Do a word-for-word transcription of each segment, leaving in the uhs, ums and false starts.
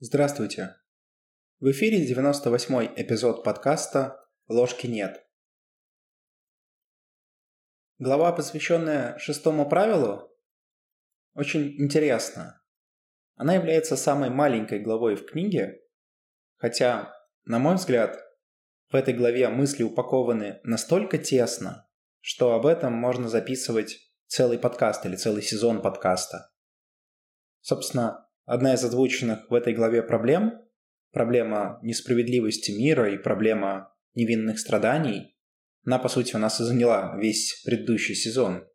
Здравствуйте! В эфире девяносто восьмой эпизод подкаста «Ложки нет». Глава, посвященная шестому правилу, очень интересна. Она является самой маленькой главой в книге, хотя, на мой взгляд, в этой главе мысли упакованы настолько тесно, что об этом можно записывать целый подкаст или целый сезон подкаста. Собственно, одна из озвученных в этой главе проблем, проблема несправедливости мира и проблема невинных страданий, она, по сути, у нас и заняла весь предыдущий сезон.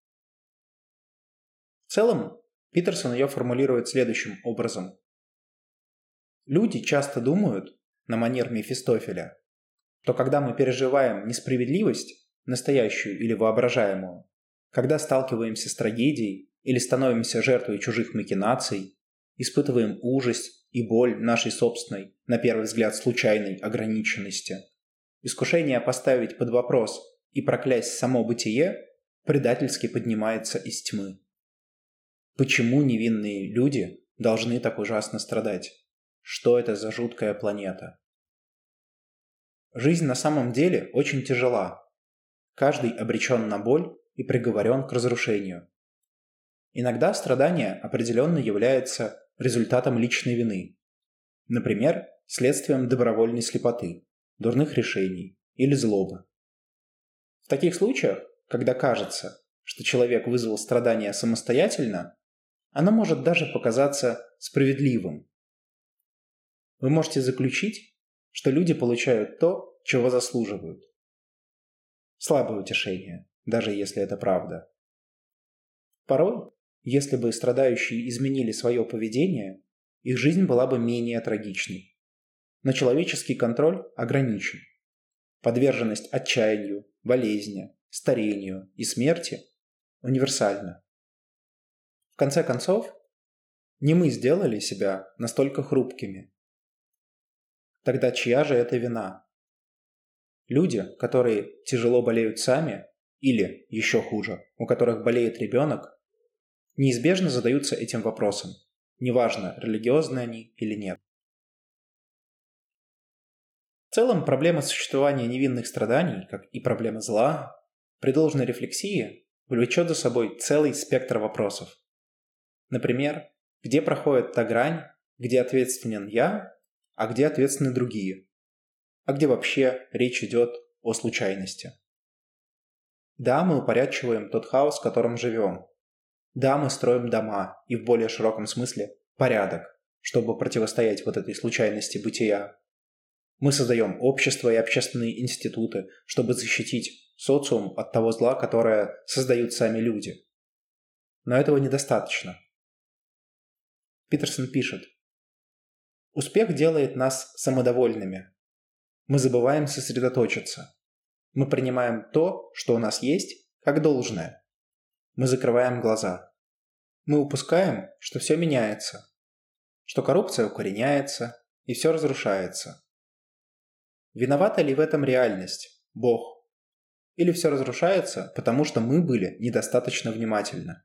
В целом, Питерсон ее формулирует следующим образом. Люди часто думают, на манер Мефистофеля, что когда мы переживаем несправедливость, настоящую или воображаемую, когда сталкиваемся с трагедией или становимся жертвой чужих махинаций, испытываем ужас и боль нашей собственной, на первый взгляд, случайной ограниченности, искушение поставить под вопрос и проклясть само бытие предательски поднимается из тьмы. Почему невинные люди должны так ужасно страдать? Что это за жуткая планета? Жизнь на самом деле очень тяжела. Каждый обречен на боль и приговорен к разрушению. Иногда страдание определенно является результатом личной вины. Например, следствием добровольной слепоты, дурных решений или злобы. В таких случаях, когда кажется, что человек вызвал страдания самостоятельно, оно может даже показаться справедливым. Вы можете заключить, что люди получают то, чего заслуживают. Слабое утешение, даже если это правда. Порой, если бы страдающие изменили свое поведение, их жизнь была бы менее трагичной. Но человеческий контроль ограничен. Подверженность отчаянию, болезни, старению и смерти универсальна. В конце концов, не мы сделали себя настолько хрупкими. Тогда чья же это вина? Люди, которые тяжело болеют сами, или, еще хуже, у которых болеет ребенок, неизбежно задаются этим вопросом, неважно, религиозны они или нет. В целом, проблема существования невинных страданий, как и проблема зла, при должной рефлексии влечет за собой целый спектр вопросов. Например, где проходит та грань, где ответственен я, а где ответственны другие, а где вообще речь идет о случайности. Да, мы упорядочиваем тот хаос, в котором живем. Да, мы строим дома и в более широком смысле порядок, чтобы противостоять вот этой случайности бытия. Мы создаем общество и общественные институты, чтобы защитить социум от того зла, которое создают сами люди. Но этого недостаточно. Питерсон пишет: «Успех делает нас самодовольными. Мы забываем сосредоточиться. Мы принимаем то, что у нас есть, как должное. Мы закрываем глаза. Мы упускаем, что все меняется, что коррупция укореняется и все разрушается. Виновата ли в этом реальность, Бог? Или все разрушается, потому что мы были недостаточно внимательны?»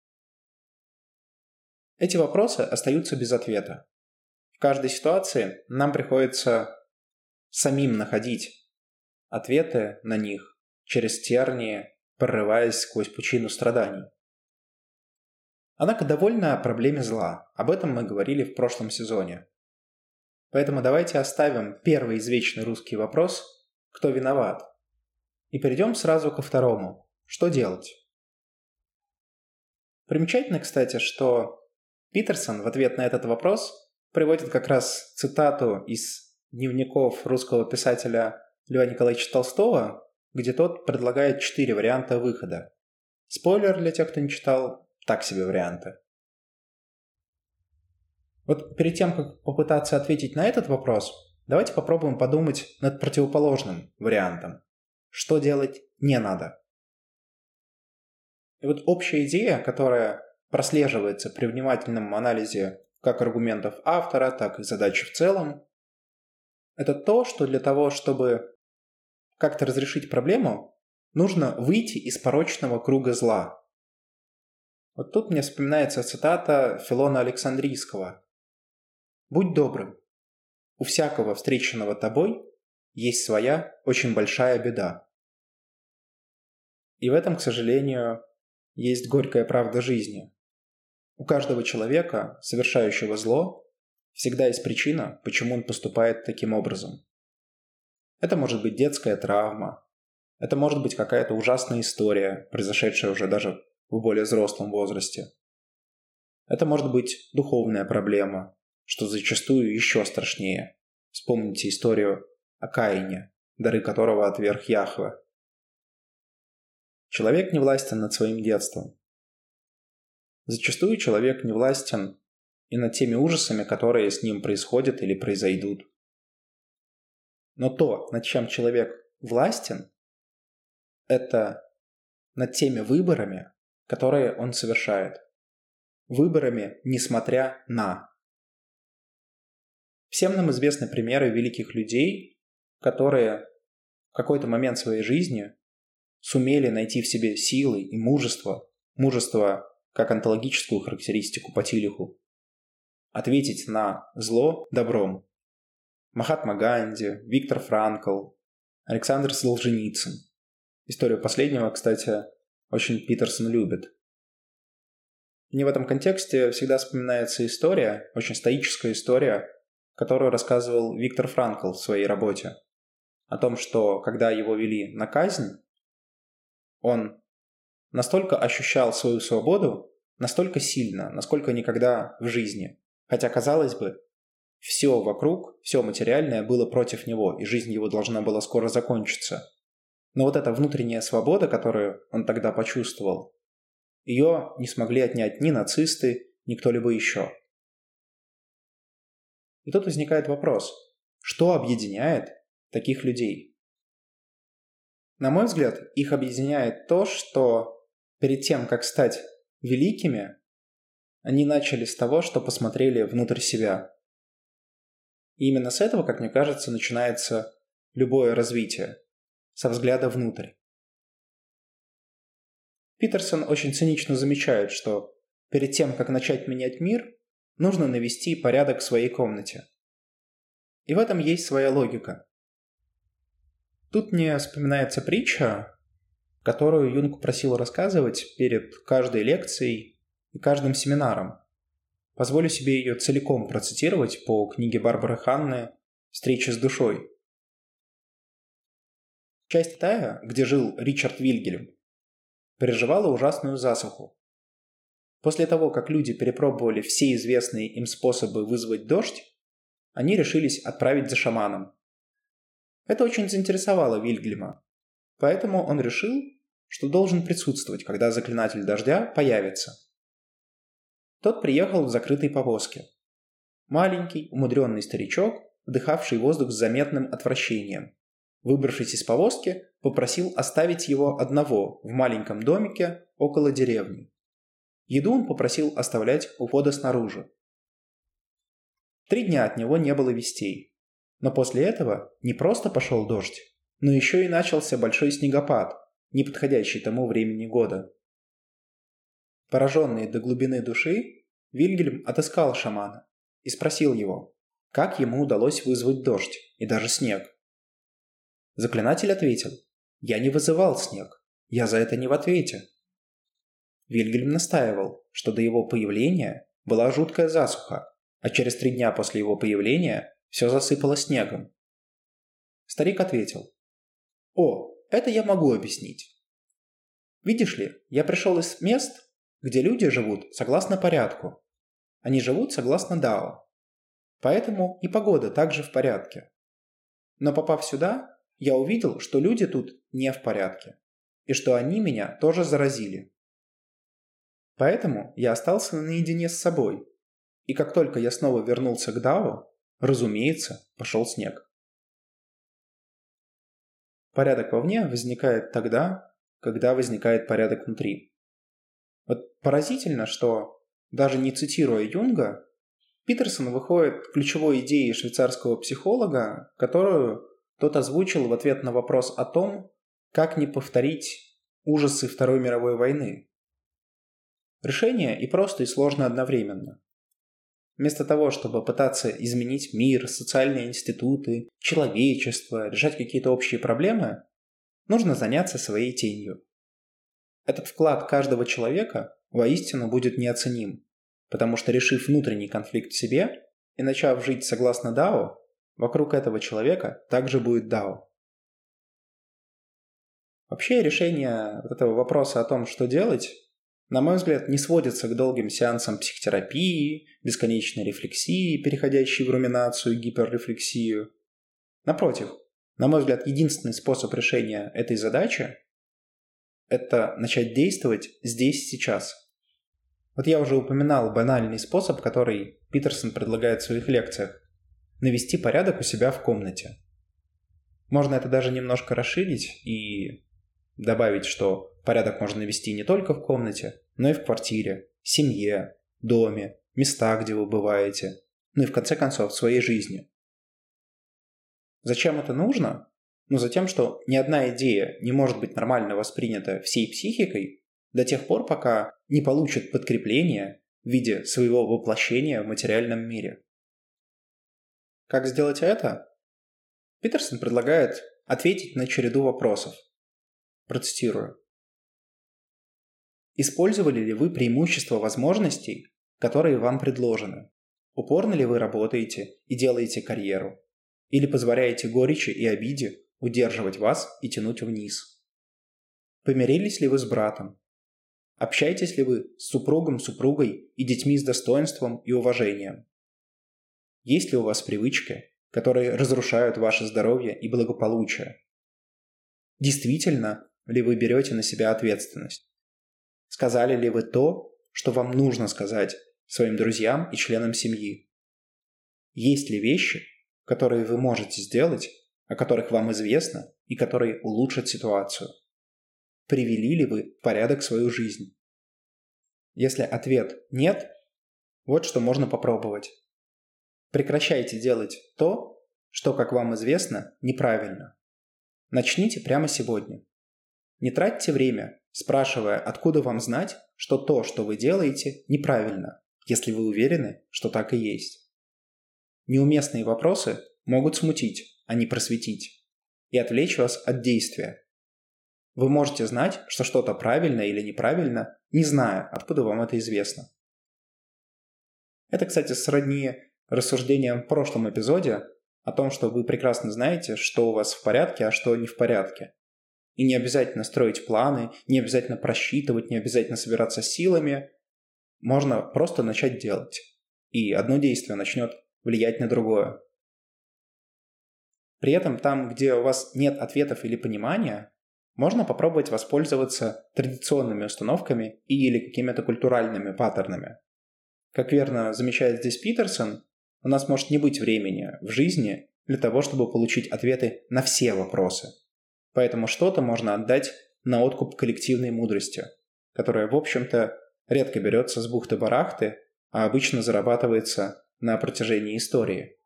Эти вопросы остаются без ответа. В каждой ситуации нам приходится самим находить ответы на них через тернии, прорываясь сквозь пучину страданий. Однако довольно о проблеме зла. Об этом мы говорили в прошлом сезоне. Поэтому давайте оставим первый извечный русский вопрос «Кто виноват?» и перейдем сразу ко второму «Что делать?». Примечательно, кстати, что Питерсон в ответ на этот вопрос приводит как раз цитату из дневников русского писателя Льва Николаевича Толстого, где тот предлагает четыре варианта выхода. Спойлер для тех, кто не читал, так себе варианты. Вот перед тем, как попытаться ответить на этот вопрос, давайте попробуем подумать над противоположным вариантом. Что делать не надо? И вот общая идея, которая прослеживается при внимательном анализе как аргументов автора, так и задачи в целом, это то, что для того, чтобы как-то разрешить проблему, нужно выйти из порочного круга зла. Вот тут мне вспоминается цитата Филона Александрийского. Будь добрым. У всякого встреченного тобой есть своя очень большая беда. И в этом, к сожалению, есть горькая правда жизни. У каждого человека, совершающего зло, всегда есть причина, почему он поступает таким образом. Это может быть детская травма, это может быть какая-то ужасная история, произошедшая уже даже в более взрослом возрасте. Это может быть духовная проблема, что зачастую еще страшнее. Вспомните историю о Каине, дары которого отверг Яхве. Человек не властен над своим детством. Зачастую человек не властен и над теми ужасами, которые с ним происходят или произойдут. Но то, над чем человек властен, это над теми выборами, которые он совершает. Выборами, несмотря на. Всем нам известны примеры великих людей, которые в какой-то момент своей жизни сумели найти в себе силы и мужество, мужество как онтологическую характеристику по Тилиху, ответить на зло добром. Махатма Ганди, Виктор Франкл, Александр Солженицын. Историю последнего, кстати, очень Питерсон любит. Мне в этом контексте всегда вспоминается история, очень стоическая история, которую рассказывал Виктор Франкл в своей работе. О том, что когда его вели на казнь, он настолько ощущал свою свободу, настолько сильно, насколько никогда в жизни. Хотя, казалось бы, все вокруг, все материальное было против него, и жизнь его должна была скоро закончиться. Но вот эта внутренняя свобода, которую он тогда почувствовал, ее не смогли отнять ни нацисты, ни кто-либо еще. И тут возникает вопрос, что объединяет таких людей? На мой взгляд, их объединяет то, что перед тем, как стать великими, они начали с того, что посмотрели внутрь себя. И именно с этого, как мне кажется, начинается любое развитие, со взгляда внутрь. Питерсон очень цинично замечает, что перед тем, как начать менять мир, нужно навести порядок в своей комнате. И в этом есть своя логика. Тут мне вспоминается притча, которую Юнг просил рассказывать перед каждой лекцией и каждым семинаром. Позволю себе ее целиком процитировать по книге Барбары Ханны «Встреча с душой». Часть Тая, где жил Ричард Вильгельм, переживала ужасную засуху. После того, как люди перепробовали все известные им способы вызвать дождь, они решились отправить за шаманом. Это очень заинтересовало Вильгельма, поэтому он решил, что должен присутствовать, когда заклинатель дождя появится. Тот приехал в закрытой повозке. Маленький, умудренный старичок, вдыхавший воздух с заметным отвращением. Выбравшись из повозки, попросил оставить его одного в маленьком домике около деревни. Еду он попросил оставлять у входа снаружи. Три дня от него не было вестей. Но после этого не просто пошел дождь, но еще и начался большой снегопад, не подходящий тому времени года. Пораженный до глубины души, Вильгельм отыскал шамана и спросил его, как ему удалось вызвать дождь и даже снег. Заклинатель ответил: «Я не вызывал снег, я за это не в ответе». Вильгельм настаивал, что до его появления была жуткая засуха, а через три дня после его появления все засыпало снегом. Старик ответил: «О, это я могу объяснить. Видишь ли, я пришел из мест, где люди живут согласно порядку. Они живут согласно Дао. Поэтому и погода также в порядке. Но попав сюда, я увидел, что люди тут не в порядке, и что они меня тоже заразили. Поэтому я остался наедине с собой, и как только я снова вернулся к Дао, разумеется, пошел снег». Порядок вовне возникает тогда, когда возникает порядок внутри. Вот поразительно, что, даже не цитируя Юнга, Питерсон выходит к ключевой идее швейцарского психолога, которую тот озвучил в ответ на вопрос о том, как не повторить ужасы Второй мировой войны. Решение и просто, и сложно одновременно. Вместо того, чтобы пытаться изменить мир, социальные институты, человечество, решать какие-то общие проблемы, нужно заняться своей тенью. Этот вклад каждого человека воистину будет неоценим, потому что, решив внутренний конфликт в себе и начав жить согласно Дао, вокруг этого человека также будет Дао. Вообще решение вот этого вопроса о том, что делать, на мой взгляд, не сводится к долгим сеансам психотерапии, бесконечной рефлексии, переходящей в руминацию и гиперрефлексию. Напротив, на мой взгляд, единственный способ решения этой задачи – это начать действовать здесь и сейчас. Вот я уже упоминал банальный способ, который Питерсон предлагает в своих лекциях – навести порядок у себя в комнате. Можно это даже немножко расширить и добавить, что порядок можно навести не только в комнате, но и в квартире, семье, доме, местах, где вы бываете, ну и в конце концов в своей жизни. Зачем это нужно? Ну, затем, что ни одна идея не может быть нормально воспринята всей психикой до тех пор, пока не получит подкрепление в виде своего воплощения в материальном мире. Как сделать это? Питерсон предлагает ответить на череду вопросов. Процитирую. Использовали ли вы преимущества возможностей, которые вам предложены? Упорно ли вы работаете и делаете карьеру? Или позволяете горечи и обиде удерживать вас и тянуть вниз? Помирились ли вы с братом? Общаетесь ли вы с супругом, супругой и детьми с достоинством и уважением? Есть ли у вас привычки, которые разрушают ваше здоровье и благополучие? Действительно ли вы берете на себя ответственность? Сказали ли вы то, что вам нужно сказать своим друзьям и членам семьи? Есть ли вещи, которые вы можете сделать, о которых вам известно и которые улучшат ситуацию? Привели ли вы в порядок свою жизнь? Если ответ «нет», вот что можно попробовать. Прекращайте делать то, что, как вам известно, неправильно. Начните прямо сегодня. Не тратьте время, спрашивая, откуда вам знать, что то, что вы делаете, неправильно, если вы уверены, что так и есть. Неуместные вопросы могут смутить, а не просветить, и отвлечь вас от действия. Вы можете знать, что что-то правильно или неправильно, не зная, откуда вам это известно. Это, кстати, сродни рассуждениям в прошлом эпизоде о том, что вы прекрасно знаете, что у вас в порядке, а что не в порядке. И не обязательно строить планы, не обязательно просчитывать, не обязательно собираться силами. Можно просто начать делать. И одно действие начнет влиять на другое. При этом там, где у вас нет ответов или понимания, можно попробовать воспользоваться традиционными установками или какими-то культуральными паттернами. Как верно замечает здесь Питерсон, у нас может не быть времени в жизни для того, чтобы получить ответы на все вопросы. Поэтому что-то можно отдать на откуп коллективной мудрости, которая, в общем-то, редко берется с бухты-барахты, а обычно зарабатывается на протяжении истории.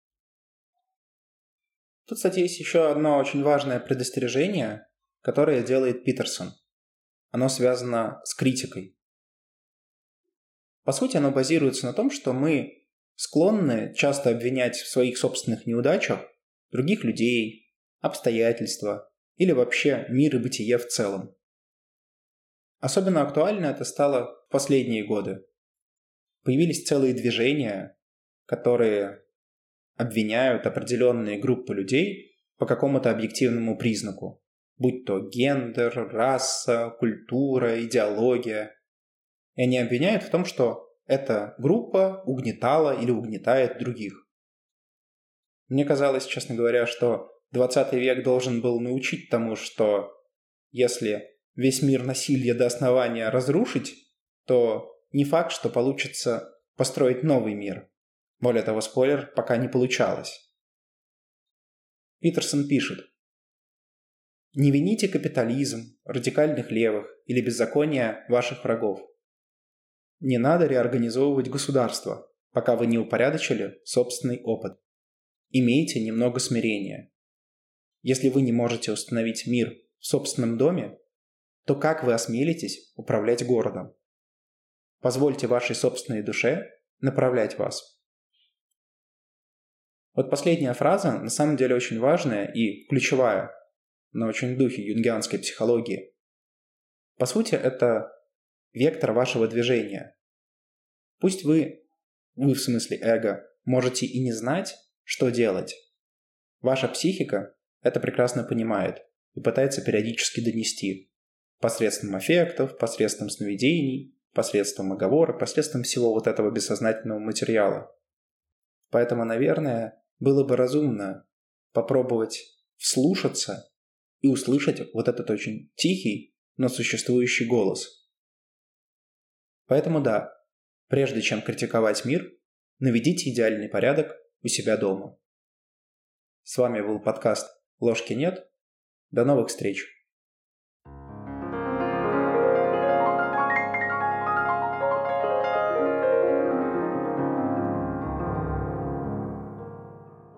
Тут, кстати, есть еще одно очень важное предостережение, которое делает Питерсон. Оно связано с критикой. По сути, оно базируется на том, что мы склонны часто обвинять в своих собственных неудачах других людей, обстоятельства или вообще мир и бытие в целом. Особенно актуально это стало в последние годы. Появились целые движения, которые обвиняют определенные группы людей по какому-то объективному признаку, будь то гендер, раса, культура, идеология. И они обвиняют в том, что эта группа угнетала или угнетает других. Мне казалось, честно говоря, что двадцатый век должен был научить тому, что если весь мир насилия до основания разрушить, то не факт, что получится построить новый мир. Более того, спойлер, пока не получалось. Питерсон пишет: «Не вините капитализм, радикальных левых или беззаконие ваших врагов. Не надо реорганизовывать государство, пока вы не упорядочили собственный опыт. Имейте немного смирения. Если вы не можете установить мир в собственном доме, то как вы осмелитесь управлять городом? Позвольте вашей собственной душе направлять вас. Вот последняя фраза на самом деле очень важная и ключевая, но очень в духе юнгианской психологии. По сути, это вектор вашего движения. Пусть вы, вы в смысле эго, можете и не знать, что делать. Ваша психика это прекрасно понимает и пытается периодически донести посредством аффектов, посредством сновидений, посредством оговора, посредством всего вот этого бессознательного материала. Поэтому, наверное, было бы разумно попробовать вслушаться и услышать вот этот очень тихий, но существующий голос. Поэтому да, прежде чем критиковать мир, наведите идеальный порядок у себя дома. С вами был подкаст «Ложки нет». До новых встреч!